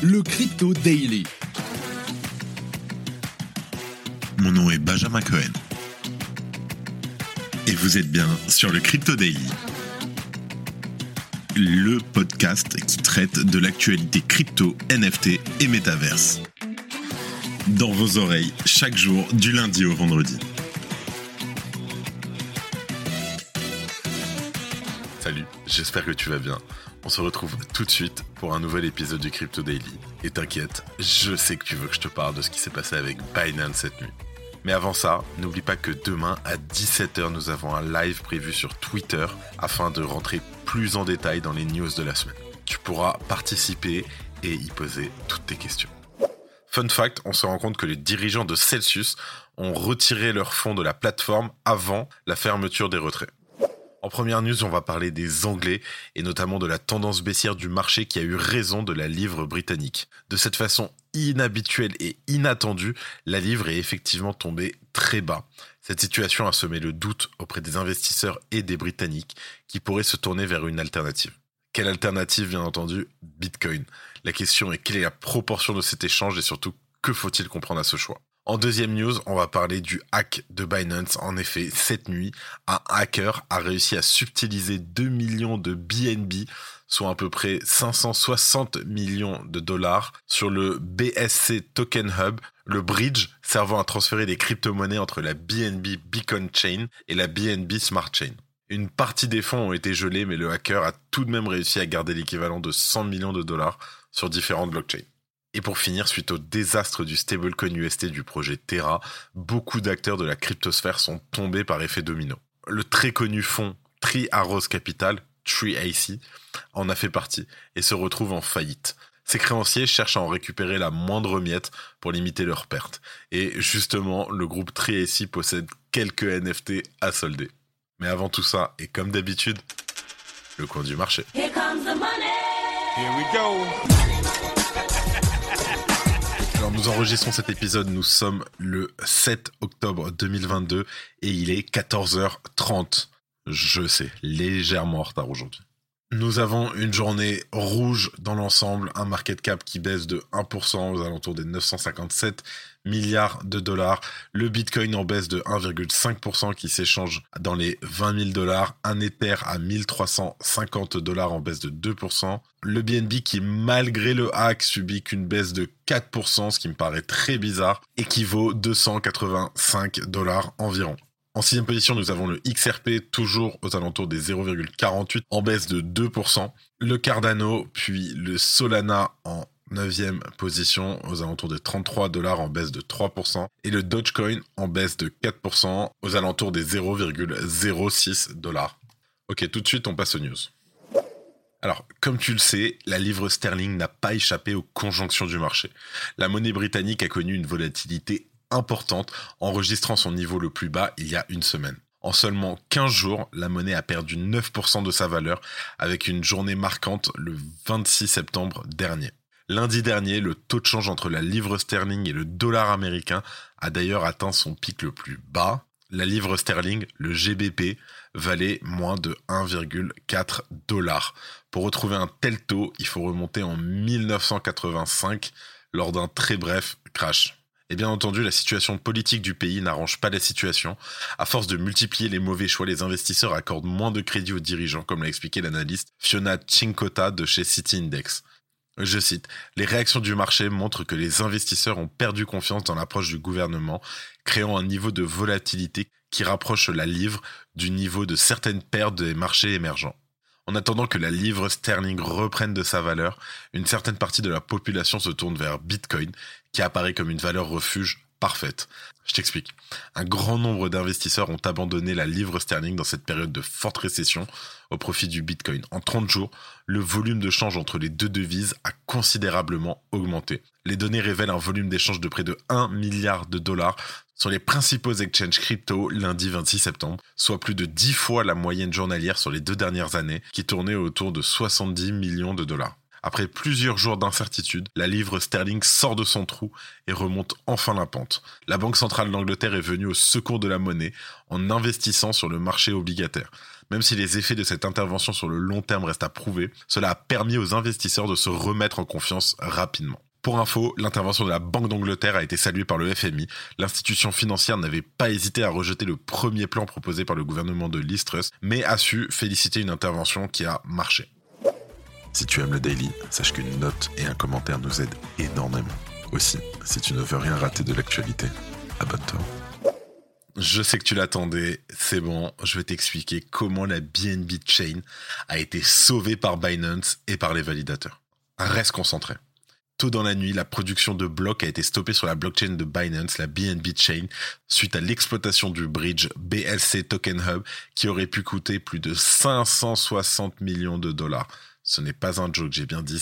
le Crypto Daily. Mon nom est Benjamin Cohen. Et vous êtes bien sur le Crypto Daily, le podcast qui traite de l'actualité crypto, NFT et métaverse. Dans vos oreilles, chaque jour, du lundi au vendredi. Salut, j'espère que tu vas bien. On se retrouve tout de suite pour un nouvel épisode du Crypto Daily. Et t'inquiète, je sais que tu veux que je te parle de ce qui s'est passé avec Binance cette nuit. Mais avant ça, n'oublie pas que demain à 17h, nous avons un live prévu sur Twitter afin de rentrer plus en détail dans les news de la semaine. Tu pourras participer et y poser toutes tes questions. Fun fact, on se rend compte que les dirigeants de Celsius ont retiré leurs fonds de la plateforme avant la fermeture des retraits. En première news, on va parler des Anglais et notamment de la tendance baissière du marché qui a eu raison de la livre britannique. De cette façon inhabituelle et inattendue, la livre est effectivement tombée très bas. Cette situation a semé le doute auprès des investisseurs et des Britanniques qui pourraient se tourner vers une alternative. Quelle alternative, bien entendu? Bitcoin. La question est quelle est la proportion de cet échange et surtout que faut-il comprendre à ce choix? En deuxième news, on va parler du hack de Binance. En effet, cette nuit, un hacker a réussi à subtiliser 2 millions de BNB, soit à peu près 560 millions de dollars, sur le BSC Token Hub, le bridge servant à transférer des crypto-monnaies entre la BNB Beacon Chain et la BNB Smart Chain. Une partie des fonds ont été gelés, mais le hacker a tout de même réussi à garder l'équivalent de 100 millions de dollars sur différentes blockchains. Et pour finir, suite au désastre du stablecoin UST du projet Terra, beaucoup d'acteurs de la cryptosphère sont tombés par effet domino. Le très connu fonds Three Arrows Capital, 3AC, en a fait partie et se retrouve en faillite. Ses créanciers cherchent à en récupérer la moindre miette pour limiter leurs pertes. Et justement, le groupe 3AC possède quelques NFT à solder. Mais avant tout ça, et comme d'habitude, le coin du marché. Here comes the money. Here we go. Alors nous enregistrons cet épisode, nous sommes le 7 octobre 2022 et il est 14h30. Je sais, légèrement en retard aujourd'hui. Nous avons une journée rouge dans l'ensemble, un market cap qui baisse de 1% aux alentours des 957 milliards de dollars. Le Bitcoin en baisse de 1,5% qui s'échange dans les 20 000 dollars. Un Ether à 1350 dollars en baisse de 2%. Le BNB qui, malgré le hack, subit qu'une baisse de 4%, ce qui me paraît très bizarre, et qui vaut 285 dollars environ. En sixième position, nous avons le XRP, toujours aux alentours des 0,48, en baisse de 2%. Le Cardano, puis le Solana en 9e position, aux alentours de 33 dollars en baisse de 3%. Et le Dogecoin en baisse de 4%, aux alentours des 0,06 dollars. Ok, tout de suite, on passe aux news. Alors, comme tu le sais, la livre sterling n'a pas échappé aux conjonctions du marché. La monnaie britannique a connu une volatilité importante, enregistrant son niveau le plus bas il y a une semaine. En seulement 15 jours, la monnaie a perdu 9% de sa valeur avec une journée marquante le 26 septembre dernier. Lundi dernier, le taux de change entre la livre sterling et le dollar américain a d'ailleurs atteint son pic le plus bas. La livre sterling, le GBP, valait moins de 1,4 $. Pour retrouver un tel taux, il faut remonter en 1985 lors d'un très bref crash. Et bien entendu, la situation politique du pays n'arrange pas la situation. À force de multiplier les mauvais choix, les investisseurs accordent moins de crédit aux dirigeants, comme l'a expliqué l'analyste Fiona Cincotta de chez City Index. Je cite, « Les réactions du marché montrent que les investisseurs ont perdu confiance dans l'approche du gouvernement, créant un niveau de volatilité qui rapproche la livre du niveau de certaines paires des marchés émergents. En attendant que la livre sterling reprenne de sa valeur, une certaine partie de la population se tourne vers Bitcoin, qui apparaît comme une valeur refuge parfaite. Je t'explique. Un grand nombre d'investisseurs ont abandonné la livre sterling dans cette période de forte récession au profit du Bitcoin. En 30 jours, le volume de change entre les deux devises a considérablement augmenté. Les données révèlent un volume d'échange de près de 1 milliard de dollars sur les principaux exchanges crypto lundi 26 septembre, soit plus de 10 fois la moyenne journalière sur les 2 dernières années, qui tournait autour de 70 millions de dollars. Après plusieurs jours d'incertitude, la livre sterling sort de son trou et remonte enfin la pente. La Banque centrale d'Angleterre est venue au secours de la monnaie en investissant sur le marché obligataire. Même si les effets de cette intervention sur le long terme restent à prouver, cela a permis aux investisseurs de se remettre en confiance rapidement. Pour info, l'intervention de la Banque d'Angleterre a été saluée par le FMI. L'institution financière n'avait pas hésité à rejeter le premier plan proposé par le gouvernement de Liz Truss, mais a su féliciter une intervention qui a marché. Si tu aimes le Daily, sache qu'une note et un commentaire nous aident énormément. Aussi, si tu ne veux rien rater de l'actualité, abonne-toi. Je sais que tu l'attendais, c'est bon, je vais t'expliquer comment la BNB Chain a été sauvée par Binance et par les validateurs. Reste concentré. Tôt dans la nuit, la production de blocs a été stoppée sur la blockchain de Binance, la BNB Chain, suite à l'exploitation du bridge BLC Token Hub qui aurait pu coûter plus de 560 millions de dollars. Ce n'est pas un joke, j'ai bien dit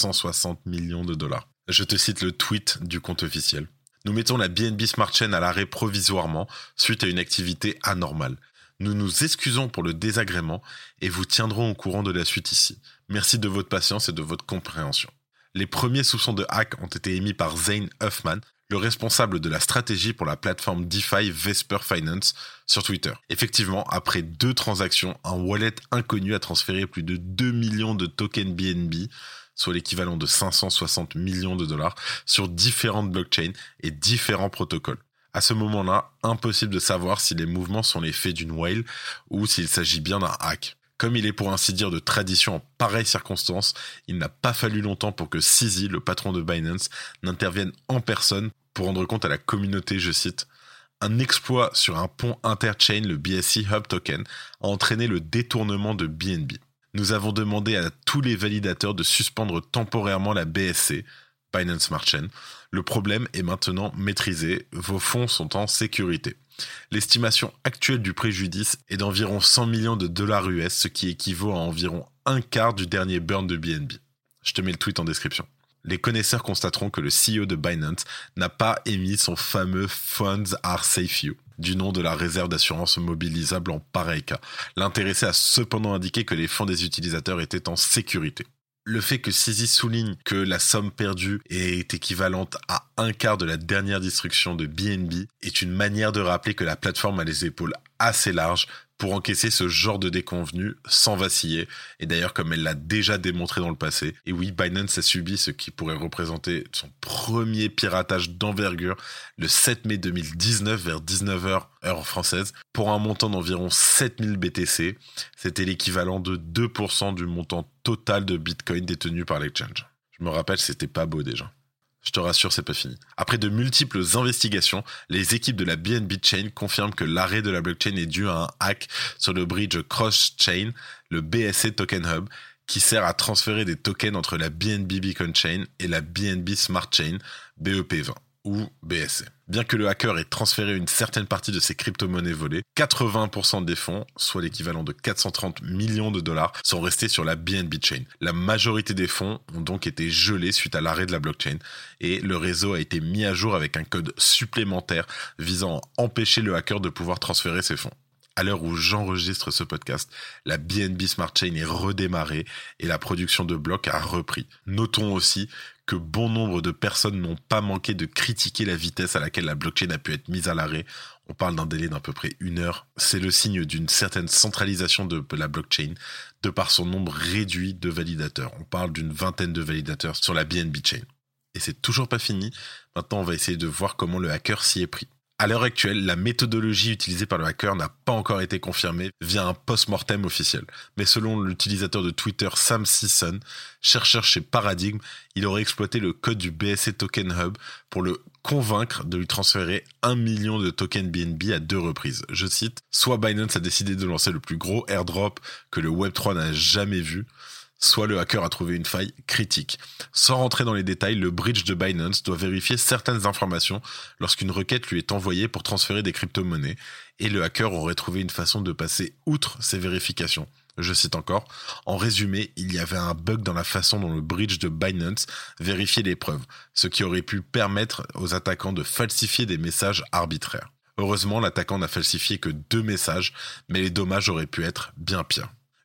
560 millions de dollars. Je te cite le tweet du compte officiel. Nous mettons la BNB Smart Chain à l'arrêt provisoirement suite à une activité anormale. Nous nous excusons pour le désagrément et vous tiendrons au courant de la suite ici. Merci de votre patience et de votre compréhension. Les premiers soupçons de hack ont été émis par Zane Huffman, le responsable de la stratégie pour la plateforme DeFi Vesper Finance sur Twitter. Effectivement, après 2 transactions, un wallet inconnu a transféré plus de 2 millions de tokens BNB, soit l'équivalent de 560 millions de dollars, sur différentes blockchains et différents protocoles. À ce moment-là, impossible de savoir si les mouvements sont l'effet d'une whale ou s'il s'agit bien d'un hack. Comme il est pour ainsi dire de tradition en pareilles circonstances, il n'a pas fallu longtemps pour que CZ, le patron de Binance, n'intervienne en personne pour rendre compte à la communauté, je cite, « Un exploit sur un pont interchain, le BSC Hub Token, a entraîné le détournement de BNB. Nous avons demandé à tous les validateurs de suspendre temporairement la BSC, Binance Smart Chain. Le problème est maintenant maîtrisé, vos fonds sont en sécurité. » L'estimation actuelle du préjudice est d'environ 100 millions de dollars US, ce qui équivaut à environ un quart du dernier burn de BNB. Je te mets le tweet en description. Les connaisseurs constateront que le CEO de Binance n'a pas émis son fameux Funds are safe you, du nom de la réserve d'assurance mobilisable en pareil cas. L'intéressé a cependant indiqué que les fonds des utilisateurs étaient en sécurité. Le fait que CZ souligne que la somme perdue est équivalente à un quart de la dernière destruction de BNB est une manière de rappeler que la plateforme a les épaules assez larges pour encaisser ce genre de déconvenus sans vaciller, et d'ailleurs comme elle l'a déjà démontré dans le passé. Et oui, Binance a subi ce qui pourrait représenter son premier piratage d'envergure le 7 mai 2019 vers 19h heure française pour un montant d'environ 7000 BTC. C'était l'équivalent de 2% du montant total de Bitcoin détenu par l'exchange. Je me rappelle, c'était pas beau déjà. Je te rassure, c'est pas fini. Après de multiples investigations, les équipes de la BNB Chain confirment que l'arrêt de la blockchain est dû à un hack sur le bridge cross-chain, le BSC Token Hub, qui sert à transférer des tokens entre la BNB Beacon Chain et la BNB Smart Chain, BEP20 ou BSC. Bien que le hacker ait transféré une certaine partie de ses crypto-monnaies volées, 80% des fonds, soit l'équivalent de 430 millions de dollars, sont restés sur la BNB Chain. La majorité des fonds ont donc été gelés suite à l'arrêt de la blockchain et le réseau a été mis à jour avec un code supplémentaire visant à empêcher le hacker de pouvoir transférer ses fonds. À l'heure où j'enregistre ce podcast, la BNB Smart Chain est redémarrée et la production de blocs a repris. Notons aussi que bon nombre de personnes n'ont pas manqué de critiquer la vitesse à laquelle la blockchain a pu être mise à l'arrêt. On parle d'un délai d'à peu près 1 heure. C'est le signe d'une certaine centralisation de la blockchain de par son nombre réduit de validateurs. On parle d'une vingtaine de validateurs sur la BNB Chain. Et c'est toujours pas fini. Maintenant, on va essayer de voir comment le hacker s'y est pris. À l'heure actuelle, la méthodologie utilisée par le hacker n'a pas encore été confirmée via un post-mortem officiel. Mais selon l'utilisateur de Twitter Sam Sisson, chercheur chez Paradigm, il aurait exploité le code du BSC Token Hub pour le convaincre de lui transférer 1 million de tokens BNB à 2 reprises. Je cite, « Soit Binance a décidé de lancer le plus gros airdrop que le Web3 n'a jamais vu, soit le hacker a trouvé une faille critique. Sans rentrer dans les détails, le bridge de Binance doit vérifier certaines informations lorsqu'une requête lui est envoyée pour transférer des crypto-monnaies, et le hacker aurait trouvé une façon de passer outre ces vérifications. Je cite encore, « En résumé, il y avait un bug dans la façon dont le bridge de Binance vérifiait les preuves, ce qui aurait pu permettre aux attaquants de falsifier des messages arbitraires. Heureusement, l'attaquant n'a falsifié que 2 messages, mais les dommages auraient pu être bien pires. »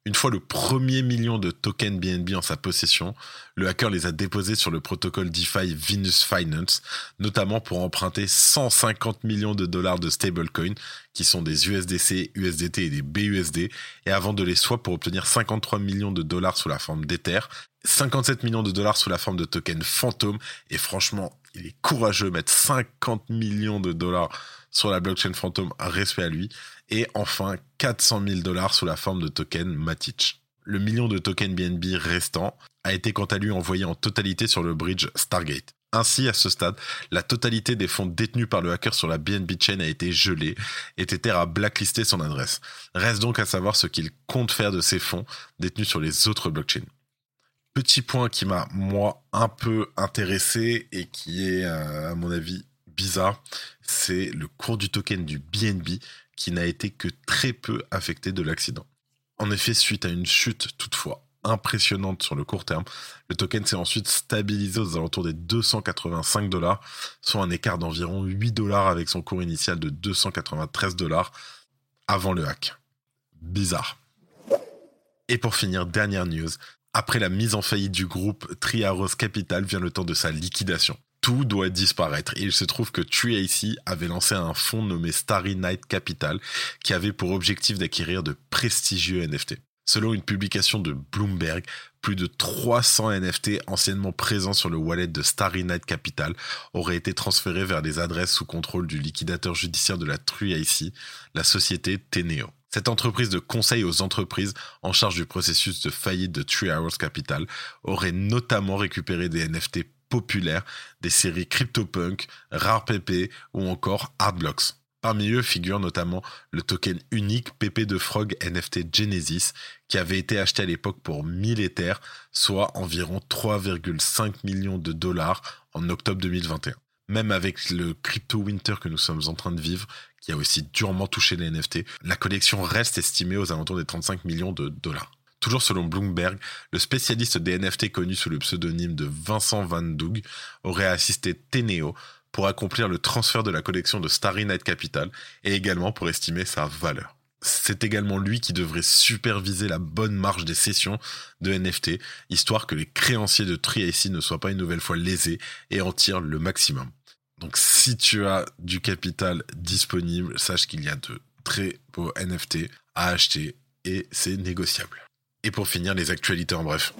Une fois le premier million de tokens BNB en sa possession, le hacker les a déposés sur le protocole DeFi Venus Finance, notamment pour emprunter 150 millions de dollars de stablecoins, qui sont des USDC, USDT et des BUSD, et avant de les swap pour obtenir 53 millions de dollars sous la forme d'Ether, 57 millions de dollars sous la forme de tokens Phantom, et franchement, il est courageux de mettre 50 millions de dollars sur la blockchain Phantom, respect à lui, et enfin 400 000 dollars sous la forme de token Matic. Le million de tokens BNB restant a été quant à lui envoyé en totalité sur le bridge Stargate. Ainsi, à ce stade, la totalité des fonds détenus par le hacker sur la BNB Chain a été gelée et Tether a blacklisté son adresse. Reste donc à savoir ce qu'il compte faire de ces fonds détenus sur les autres blockchains. Petit point qui m'a, moi, un peu intéressé et qui est, à mon avis, bizarre, c'est le cours du token du BNB qui n'a été que très peu affecté de l'accident. En effet, suite à une chute toutefois impressionnante sur le court terme, le token s'est ensuite stabilisé aux alentours des 285 $, soit un écart d'environ 8 $ avec son cours initial de 293 $ avant le hack. Bizarre. Et pour finir, dernière news, après la mise en faillite du groupe Three Arrows Capital vient le temps de sa liquidation. Tout doit disparaître et il se trouve que TreeAC avait lancé un fonds nommé Starry Night Capital qui avait pour objectif d'acquérir de prestigieux NFT. Selon une publication de Bloomberg, plus de 300 NFT anciennement présents sur le wallet de Starry Night Capital auraient été transférés vers des adresses sous contrôle du liquidateur judiciaire de la TreeAC, la société Teneo. Cette entreprise de conseil aux entreprises en charge du processus de faillite de Three Arrows Capital aurait notamment récupéré des NFT populaires des séries CryptoPunk, RarePP ou encore Artblocks. Parmi eux figure notamment le token unique PP de Frog NFT Genesis qui avait été acheté à l'époque pour 1000 Ethers, soit environ 3,5 millions de dollars en octobre 2021. Même avec le crypto winter que nous sommes en train de vivre, qui a aussi durement touché les NFT, la collection reste estimée aux alentours des 35 millions de dollars. Toujours selon Bloomberg, le spécialiste des NFT connu sous le pseudonyme de Vincent Van Doug aurait assisté Teneo pour accomplir le transfert de la collection de Starry Night Capital et également pour estimer sa valeur. C'est également lui qui devrait superviser la bonne marge des sessions de NFT, histoire que les créanciers de TreeAC ne soient pas une nouvelle fois lésés et en tirent le maximum. Donc si tu as du capital disponible, sache qu'il y a de très beaux NFT à acheter et c'est négociable. Et pour finir, les actualités en bref.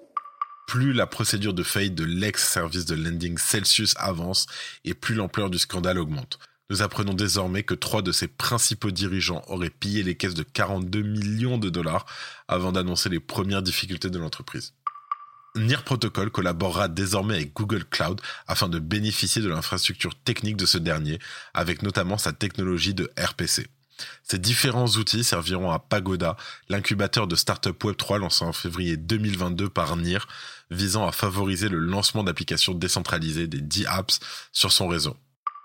Plus la procédure de faillite de l'ex-service de lending Celsius avance et plus l'ampleur du scandale augmente. Nous apprenons désormais que 3 de ses principaux dirigeants auraient pillé les caisses de 42 millions de dollars avant d'annoncer les premières difficultés de l'entreprise. NIR Protocol collaborera désormais avec Google Cloud afin de bénéficier de l'infrastructure technique de ce dernier, avec notamment sa technologie de RPC. Ces différents outils serviront à Pagoda, l'incubateur de start-up Web3 lancé en février 2022 par NIR, visant à favoriser le lancement d'applications décentralisées des DApps sur son réseau.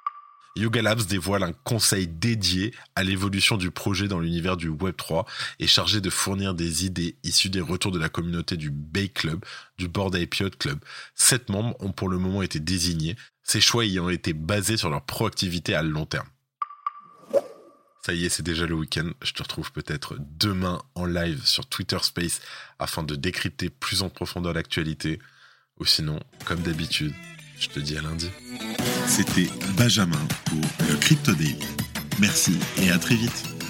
Yuga Labs dévoile un conseil dédié à l'évolution du projet dans l'univers du Web3 et chargé de fournir des idées issues des retours de la communauté du Bay Club, du Bored Ape Yacht Club. 7 membres ont pour le moment été désignés, ces choix ayant été basés sur leur proactivité à long terme. Ça y est, c'est déjà le week-end. Je te retrouve peut-être demain en live sur Twitter Space afin de décrypter plus en profondeur l'actualité. Ou sinon, comme d'habitude, je te dis à lundi. C'était Benjamin pour le Crypto Daily. Merci et à très vite.